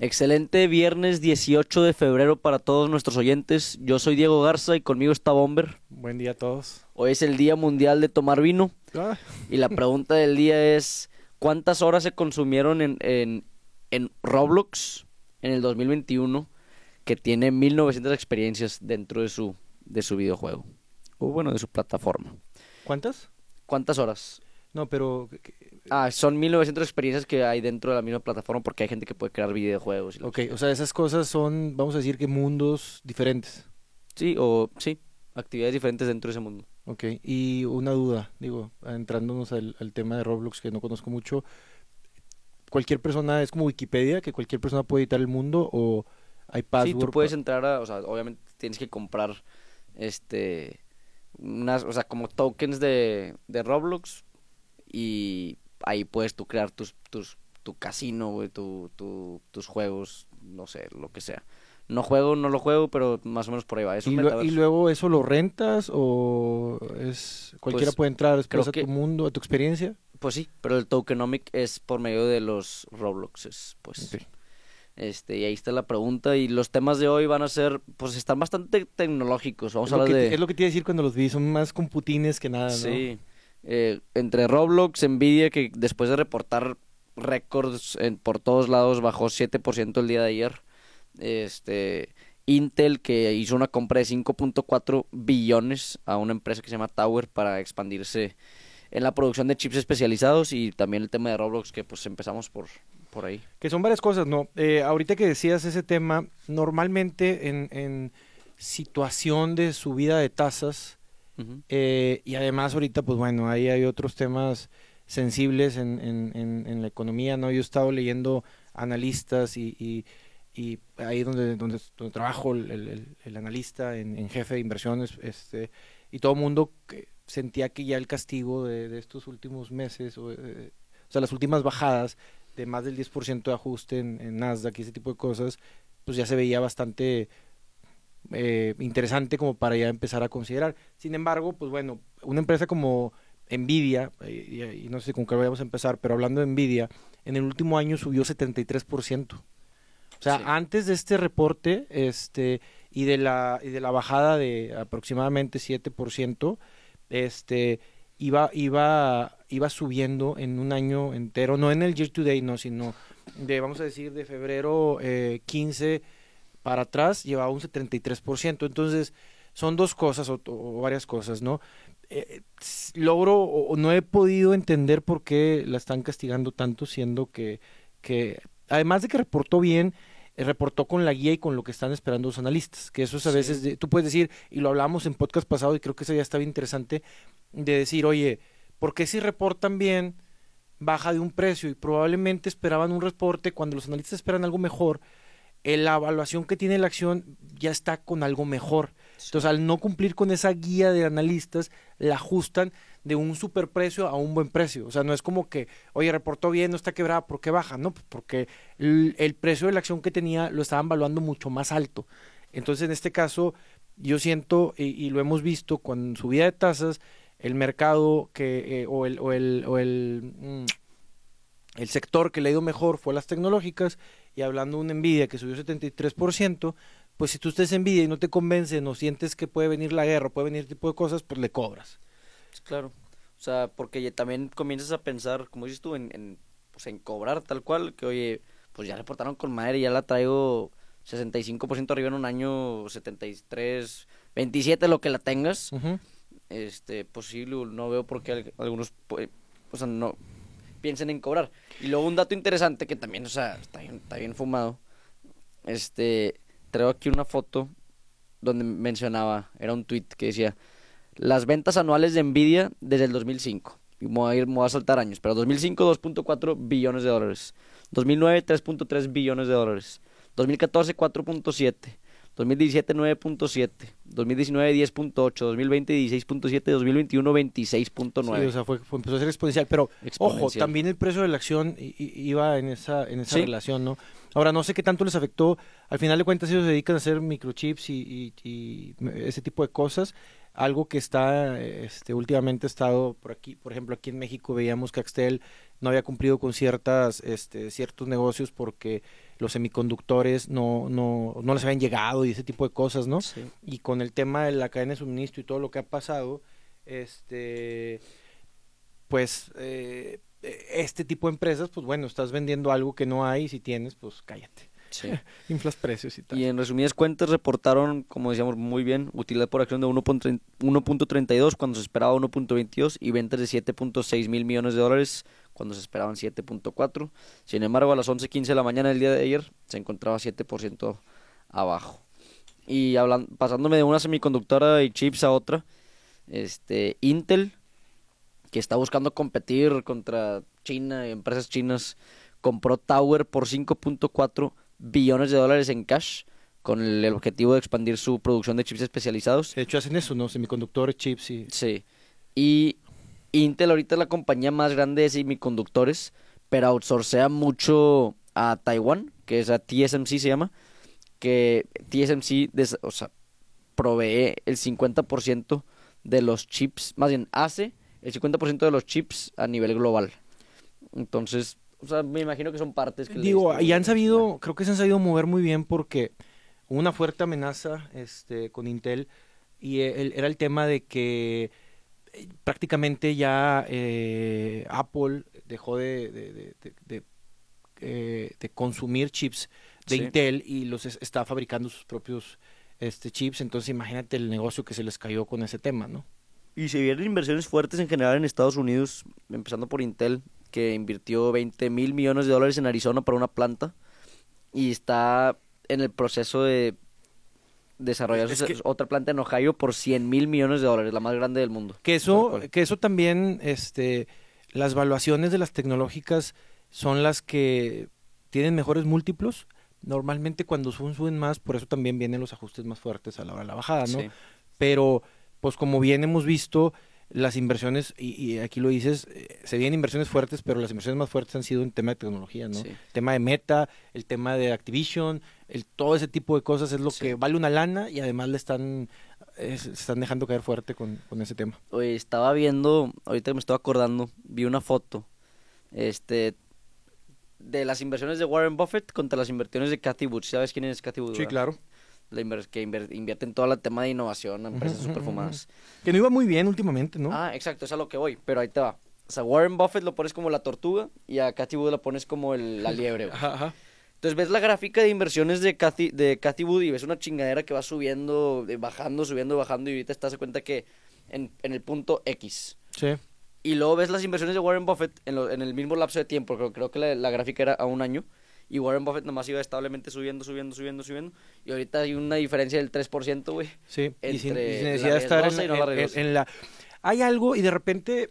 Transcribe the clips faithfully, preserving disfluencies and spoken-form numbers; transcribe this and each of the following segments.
Excelente viernes dieciocho de febrero para todos nuestros oyentes. Yo soy Diego Garza y conmigo está Bomber. Buen día a todos. Hoy es el Día Mundial de Tomar Vino Ah, y la pregunta del día es ¿cuántas horas se consumieron en, en, en Roblox en el dos mil veintiuno, que tiene mil novecientas experiencias dentro de su, de su videojuego? O bueno, de su plataforma. ¿Cuántas? ¿Cuántas horas? No, pero Ah, son mil novecientas experiencias que hay dentro de la misma plataforma porque hay gente que puede crear videojuegos. Y lo ok, que sea. o sea, esas cosas son, vamos a decir que mundos diferentes. Sí, o sí, actividades diferentes dentro de ese mundo. Ok, y una duda, digo, entrándonos al, al tema de Roblox que no conozco mucho, ¿cualquier persona es como Wikipedia, que cualquier persona puede editar el mundo o hay Sí, tú password? puedes pa- entrar a, o sea, obviamente tienes que comprar, este, unas, o sea, como tokens de, de Roblox y ahí puedes tú crear tus, tus, tu casino, güey, tu, tu, tus juegos, no sé, lo que sea. No juego, no lo juego, pero más o menos por ahí va. Es un y, lue- y metaverso. luego eso lo rentas o es cualquiera Pues puede entrar después creo a tu que, mundo, a tu experiencia? pues sí, pero el tokenomic es por medio de los Robloxes, pues. Ok. Este, y ahí está la pregunta. Y los temas de hoy van a ser, pues están bastante tecnológicos. Vamos Es a lo hablar que te, de, es lo que te iba a decir cuando los vi, son más computines que nada, ¿no? sí, eh, entre Roblox, Nvidia, que después de reportar récords en, por todos lados, bajó siete por ciento el día de ayer. Este, Intel, que hizo una compra de cinco punto cuatro billones a una empresa que se llama Tower para expandirse en la producción de chips especializados. Y también el tema de Roblox, que pues empezamos por, por ahí. Que son varias cosas, ¿no? Eh, ahorita que decías ese tema, normalmente en, en situación de subida de tasas, Ujú. eh, y además ahorita, pues bueno, ahí hay otros temas sensibles en, en, en, en la economía, ¿no? Yo he estado leyendo analistas y, y, y ahí donde, donde, donde trabajo, el, el, el analista en, en jefe de inversiones, este, y todo el mundo que sentía que ya el castigo de, de estos últimos meses, o, eh, o sea, las últimas bajadas, de más del diez por ciento de ajuste en, en Nasdaq y ese tipo de cosas, pues ya se veía bastante eh, interesante como para ya empezar a considerar. Sin embargo, pues bueno, una empresa como Nvidia, eh, y, y no sé con qué vayamos a empezar, pero hablando de Nvidia, en el último año subió setenta y tres por ciento. O sea, Sí. antes de este reporte, este, y de la, y de la bajada de aproximadamente siete por ciento, este, iba, iba, iba subiendo en un año entero, no en el year to date, no, sino de, vamos a decir, de febrero eh, quince para atrás, llevaba un setenta y tres por ciento. Entonces, son dos cosas o, o varias cosas, ¿no? Eh, s- logro o, o no he podido entender por qué la están castigando tanto, siendo que, que además de que reportó bien, eh, reportó con la guía y con lo que están esperando los analistas, que eso es a veces, Sí. de- tú puedes decir, y lo hablamos en podcast pasado y creo que eso ya está bien interesante, de decir, oye, ¿por qué si reportan bien baja de un precio? Y probablemente esperaban un reporte, cuando los analistas esperan algo mejor, eh, la evaluación que tiene la acción ya está con algo mejor. Sí. Entonces, al no cumplir con esa guía de analistas, la ajustan de un superprecio a un buen precio. O sea, no es como que, oye, reportó bien, no está quebrada, ¿por qué baja? No, pues porque el, el precio de la acción que tenía lo estaban valuando mucho más alto. Entonces, en este caso, yo siento, y, y lo hemos visto con subida de tasas, el mercado que, eh, o el, o el, o el, mm, el sector que le ha ido mejor fue las tecnológicas, y hablando de una Nvidia que subió setenta y tres por ciento, pues si tú estés Nvidia y no te convence, no sientes que puede venir la guerra, puede venir este tipo de cosas, pues le cobras. Sí, claro. O sea, porque ya también comienzas a pensar, como dices tú, en, en, pues en cobrar tal cual, que oye, pues ya reportaron con madre y ya la traigo sesenta y cinco por ciento arriba en un año, setenta y tres, veintisiete lo que la tengas. Ujú. Este, posible, no veo por qué al- algunos, pues, o sea, no piensen en cobrar. Y luego un dato interesante que también, o sea, está bien, está bien fumado. Este, traigo aquí una foto donde mencionaba, era un tweet que decía las ventas anuales de Nvidia desde el dos mil cinco. Y me voy a ir, me voy a saltar años, pero dos mil cinco dos punto cuatro billones de dólares. dos mil nueve tres punto tres billones de dólares. dos mil catorce cuatro punto siete. dos mil diecisiete nueve punto siete. dos mil diecinueve diez punto ocho. dos mil veinte dieciséis punto siete. dos mil veintiuno veintiséis punto Sí, o nueve. sea, fue, fue- empezó a ser exponencial, pero ojo, Exponencial. también el precio de la acción i- i- iba en esa, en esa Sí, relación, ¿no? Ahora, no sé qué tanto les afectó, al final de cuentas ellos se dedican a hacer microchips y, y- y ese tipo de cosas, algo que está, este, últimamente ha estado por aquí, por ejemplo, aquí en México veíamos que Axtel no había cumplido con ciertas, este, ciertos negocios porque los semiconductores no, no, no les habían llegado y ese tipo de cosas, ¿no? Sí. Y con el tema de la cadena de suministro y todo lo que ha pasado, este, pues, eh, este tipo de empresas, pues bueno, estás vendiendo algo que no hay y si tienes, pues cállate. Sí. Inflas precios y tal. Y en resumidas cuentas reportaron, como decíamos muy bien, utilidad por acción de uno punto treinta y dos cuando se esperaba uno punto veintidós y ventas de siete punto seis mil millones de dólares cuando se esperaban siete punto cuatro. Sin embargo, a las once quince de la mañana del día de ayer se encontraba siete por ciento abajo. Y hablan, pasándome de una semiconductora y chips a otra, este Intel, que está buscando competir contra China y empresas chinas, compró Tower por cinco punto cuatro billones de dólares en cash con el objetivo de expandir su producción de chips especializados. De hecho hacen eso, ¿no? Semiconductores, chips y... Sí. Y Intel ahorita es la compañía más grande de semiconductores, pero outsourcea mucho a Taiwán, que es a T S M C se llama, que T S M C des, o sea, provee el cincuenta por ciento de los chips, más bien hace el cincuenta por ciento de los chips a nivel global. Entonces, o sea, me imagino que son partes que Digo, les... y han sabido, creo que se han sabido mover muy bien porque hubo una fuerte amenaza este, con Intel y el, era el tema de que eh, prácticamente ya eh, Apple dejó de, de, de, de, de, eh, de consumir chips de Sí. Intel y los es- está fabricando sus propios este, chips, entonces imagínate el negocio que se les cayó con ese tema, ¿no? Y se vienen inversiones fuertes en general en Estados Unidos, empezando por Intel, que invirtió veinte mil millones de dólares en Arizona para una planta y está en el proceso de desarrollar Es su- que- otra planta en Ohio por cien mil millones de dólares, la más grande del mundo. Que Tal eso, cual. que eso también, este, las valuaciones de las tecnológicas son las que tienen mejores múltiplos. Normalmente cuando suben, suben más, por eso también vienen los ajustes más fuertes a la hora de la bajada, ¿no? Sí. Pero, pues como bien hemos visto, las inversiones, y, y aquí lo dices, eh, se vienen inversiones fuertes, pero las inversiones más fuertes han sido en tema de tecnología, ¿no? Sí. El tema de Meta, el tema de Activision, el, todo ese tipo de cosas es lo Sí. que vale una lana y además le están, eh, se están dejando caer fuerte con, con ese tema. Oye, estaba viendo, ahorita que me estoy acordando, vi una foto, este, de las inversiones de Warren Buffett contra las inversiones de Cathie Wood. ¿Sabes quién es Cathie Wood? Sí, verdad? claro. La inver- que inver- invierte en todo el tema de innovación, empresas Ujú, súper ujú, fumadas. Que no iba muy bien últimamente, ¿no? Ah, exacto, es a lo que voy, pero ahí te va. O sea, Warren Buffett lo pones como la tortuga y a Cathie Wood lo pones como el- la liebre, güey. Ajá, ajá. Entonces ves la gráfica de inversiones de Cathie, de Cathie Wood y ves una chingadera que va subiendo, eh, bajando, subiendo, bajando y ahorita te das cuenta que en, en el punto X. Sí. Y luego ves las inversiones de Warren Buffett en, lo- en el mismo lapso de tiempo, creo, creo que la, la gráfica era a un año. Y Warren Buffett nomás iba establemente subiendo, subiendo, subiendo, subiendo. Y ahorita hay una diferencia del tres por ciento, güey. Sí, y sin, Entre y sin la necesidad de estar en, riesgosa y no la en- riesgosa. en la... Hay algo y de repente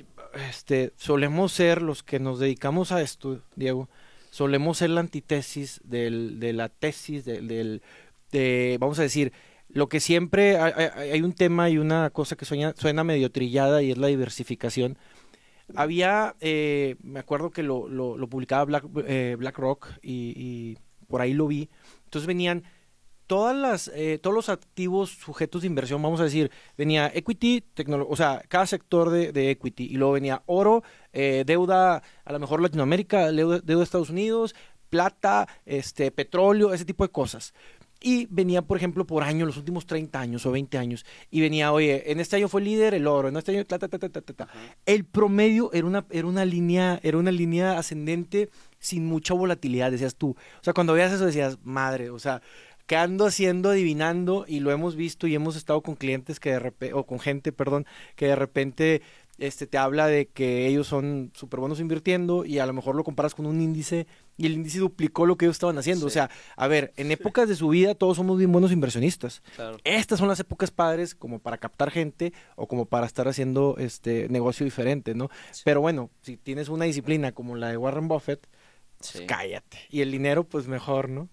este, solemos ser los que nos dedicamos a esto, Diego, solemos ser la antítesis del, de la tesis, del, del- de, vamos a decir, lo que siempre, hay, hay- hay un tema y una cosa que suena, suena medio trillada y es la diversificación. Había, eh, me acuerdo que lo, lo, lo publicaba Black, eh, BlackRock y, y por ahí lo vi. Entonces venían todas las, eh, todos los activos sujetos de inversión, vamos a decir, venía equity, tecnolo- o sea, cada sector de, de equity, y luego venía oro, eh, deuda, a lo mejor Latinoamérica, deuda, deuda de Estados Unidos, plata, este, petróleo, ese tipo de cosas. Y venía, por ejemplo, por año, los últimos treinta años o veinte años, y venía, oye, en este año fue líder el oro, en este año, ta, ta, ta, ta, ta, ta. El promedio era una, era una línea, era una línea ascendente sin mucha volatilidad, decías tú. O sea, cuando veías eso decías, madre, o sea, ¿qué ando haciendo adivinando? Y lo hemos visto y hemos estado con clientes que de repente, o con gente, perdón, que de repente este, te habla de que ellos son súper buenos invirtiendo y a lo mejor lo comparas con un índice y el índice duplicó lo que ellos estaban haciendo. Sí. O sea, a ver, en épocas de su vida todos somos bien buenos inversionistas. Claro. Estas son las épocas padres como para captar gente o como para estar haciendo este negocio diferente, ¿no? Sí. Pero bueno, si tienes una disciplina como la de Warren Buffett, pues Sí. cállate. Y el dinero, pues mejor, ¿no?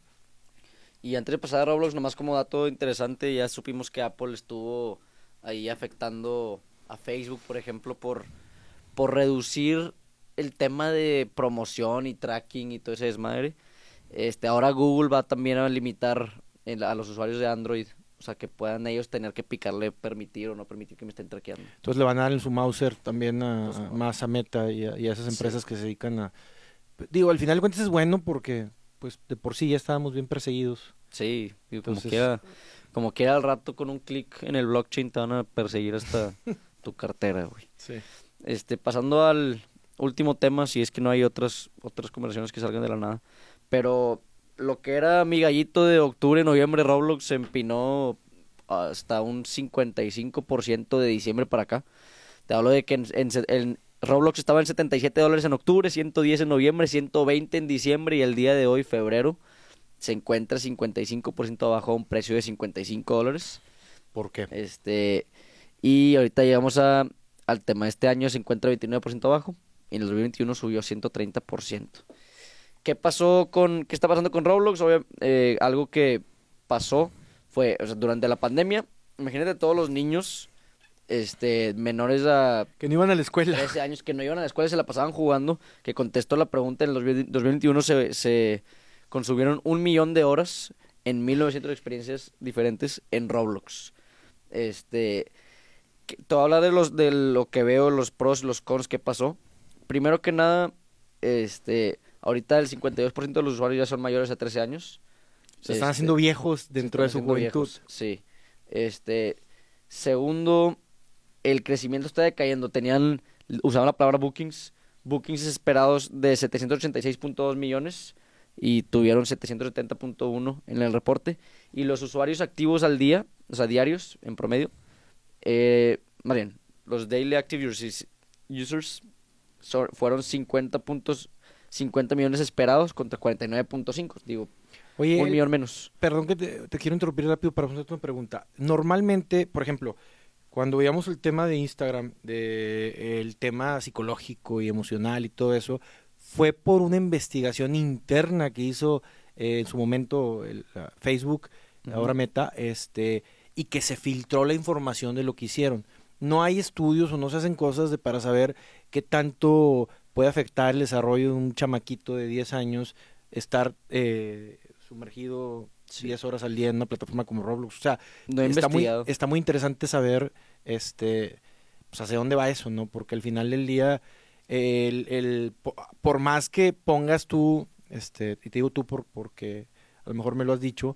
Y antes de pasar a Roblox, nomás como dato interesante, ya supimos que Apple estuvo ahí afectando a Facebook, por ejemplo, por, por reducir el tema de promoción y tracking y todo ese desmadre. Este, ahora Google va también a limitar el- a los usuarios de Android, o sea, que puedan ellos tener que picarle permitir o no permitir que me estén traqueando. Entonces le van a dar en su Mauser también a, Pues, a- no. más a Meta y a, y a esas Sí. empresas que se dedican a... Digo, al final de cuentas es bueno porque pues de por sí ya estábamos bien perseguidos. Sí, digo, como Entonces- quiera, como quiera al rato con un clic en el blockchain te van a perseguir hasta tu cartera, güey. Sí. Este, pasando al último tema, si es que no hay otras otras conversaciones que salgan de la nada, pero lo que era mi gallito de octubre, noviembre, Roblox se empinó hasta un cincuenta y cinco por ciento de diciembre para acá. Te hablo de que en, en, se- en Roblox estaba en setenta y siete dólares en octubre, ciento diez en noviembre, ciento veinte en diciembre y el día de hoy, febrero, se encuentra cincuenta y cinco por ciento abajo a un precio de cincuenta y cinco dólares. ¿Por qué? Este, y ahorita llegamos a, al tema de este año, se encuentra veintinueve por ciento abajo y en el dos mil veintiuno subió ciento treinta por ciento. ¿Qué pasó con, qué está pasando con Roblox? Obvia- eh, algo que pasó fue, o sea, durante la pandemia, imagínate todos los niños este, menores a Que no iban a la escuela. trece años que no iban a la escuela y se la pasaban jugando, que contestó la pregunta en el dos mil dos mil veintiuno se, se consumieron un millón de horas en mil novecientas experiencias diferentes en Roblox. Este, que- te voy a hablar de los de lo que veo, los pros y los cons que pasó. Primero que nada, este, ahorita el cincuenta y dos por ciento de los usuarios ya son mayores de trece años. Se están Este, haciendo viejos se dentro de están su haciendo juventud. viejos, sí. Este, segundo, el crecimiento está decayendo. Tenían, usaban la palabra bookings, bookings esperados de setecientos ochenta y seis punto dos millones y tuvieron setecientos setenta punto uno en el reporte. Y los usuarios activos al día, o sea, diarios en promedio, eh, más bien, los daily active users, users so- fueron cincuenta puntos, cincuenta millones esperados contra cuarenta y nueve punto cinco, digo, Oye, un millón menos. perdón que te, te quiero interrumpir rápido para hacerte una pregunta. Normalmente, por ejemplo, cuando veíamos el tema de Instagram, de el tema psicológico y emocional y todo eso, fue por una investigación interna que hizo eh, en su momento el, la Facebook, Ujú. ahora Meta, este, y que se filtró la información de lo que hicieron. No hay estudios o no se hacen cosas de, para saber qué tanto puede afectar el desarrollo de un chamaquito de diez años estar eh, sumergido Sí. diez horas al día en una plataforma como Roblox. O sea, No he está muy, investigado. está muy interesante saber este pues hacia dónde va eso, ¿no? Porque al final del día, el, el, po- por más que pongas tú, este, y te digo tú por, porque a lo mejor me lo has dicho,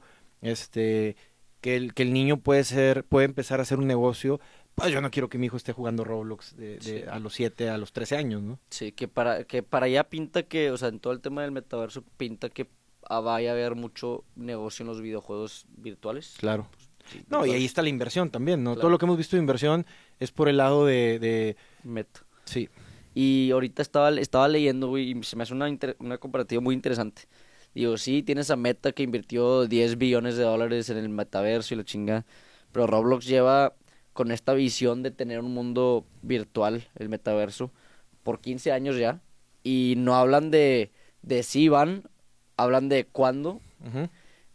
este, que el, que el niño puede ser, puede empezar a hacer un negocio, pues yo no quiero que mi hijo esté jugando Roblox de, de Sí. a los siete, a los trece años, ¿no? Sí, que para, que para allá pinta que, o sea, en todo el tema del metaverso pinta que ah, vaya a haber mucho negocio en los videojuegos virtuales. Claro. Sí, No, y ahí virtuales. está la inversión también, ¿no? Claro. Todo lo que hemos visto de inversión es por el lado de, de Meta. sí, Y ahorita estaba, estaba leyendo, güey, y se me hace una, inter- una comparativa muy interesante. Digo, sí, tienes a Meta que invirtió diez billones de dólares en el metaverso y la chinga, pero Roblox lleva con esta visión de tener un mundo virtual, el metaverso, por quince años ya, y no hablan de, de si van, hablan de cuándo. ujú.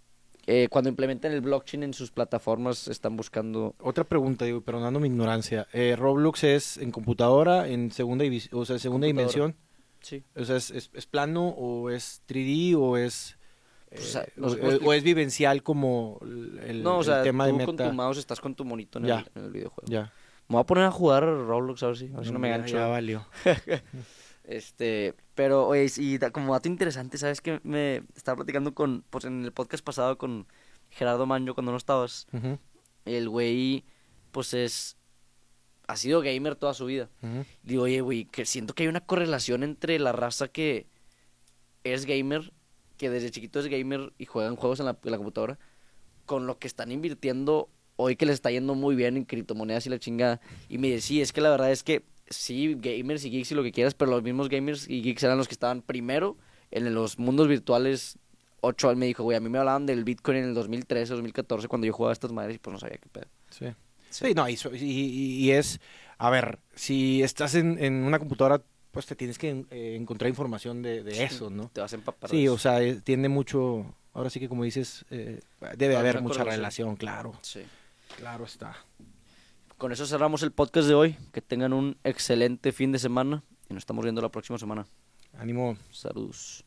Eh, cuando implementen el blockchain en sus plataformas, están buscando. Otra pregunta, digo, perdonando mi ignorancia. Eh, ¿Roblox es en computadora, en segunda, divis- o sea, segunda Computadora. dimensión? Sí. O sea, ¿es, es, es plano o es tres D o es, Pues, o sea, eh, no sé o, cómo o explicar. es vivencial como el, el- No, o el sea, tema de tú con Meta? tu mouse estás con tu monito en, Ya. el, en el videojuego. Ya, Me voy a poner a jugar Roblox a ver si, a ver si no me ya- gancho. ya valió. Este, pero, oye, y da- como dato interesante, ¿sabes qué? Me estaba platicando con, pues en el podcast pasado con Gerardo Manjo cuando no estabas. Ujú, El güey, pues es, ha sido gamer toda su vida. ujú. Digo, oye, güey, que siento que hay una correlación entre la raza que es gamer, que desde chiquito es gamer y juegan juegos en la, en la computadora, con lo que están invirtiendo hoy que les está yendo muy bien en criptomonedas y la chingada. Y me dice, sí, es que la verdad es que sí, gamers y geeks y lo que quieras, pero los mismos gamers y geeks eran los que estaban primero en los mundos virtuales. Ocho, él me dijo, güey, a mí me hablaban del Bitcoin en el dos mil trece, dos mil catorce, cuando yo jugaba a estas madres y pues no sabía qué pedo. Sí. Sí, no, y, so- y- y- y es, a ver, si estás en, en una computadora, pues te tienes que eh, encontrar información de, de eso, ¿no? Te vas a empapar. de Sí, eso. o sea, eh, tiene mucho, ahora sí que como dices, eh, debe Hay haber una mucha correlación. relación, claro, Sí. claro está. Con eso cerramos el podcast de hoy. Que tengan un excelente fin de semana y nos estamos viendo la próxima semana. Ánimo. Saludos.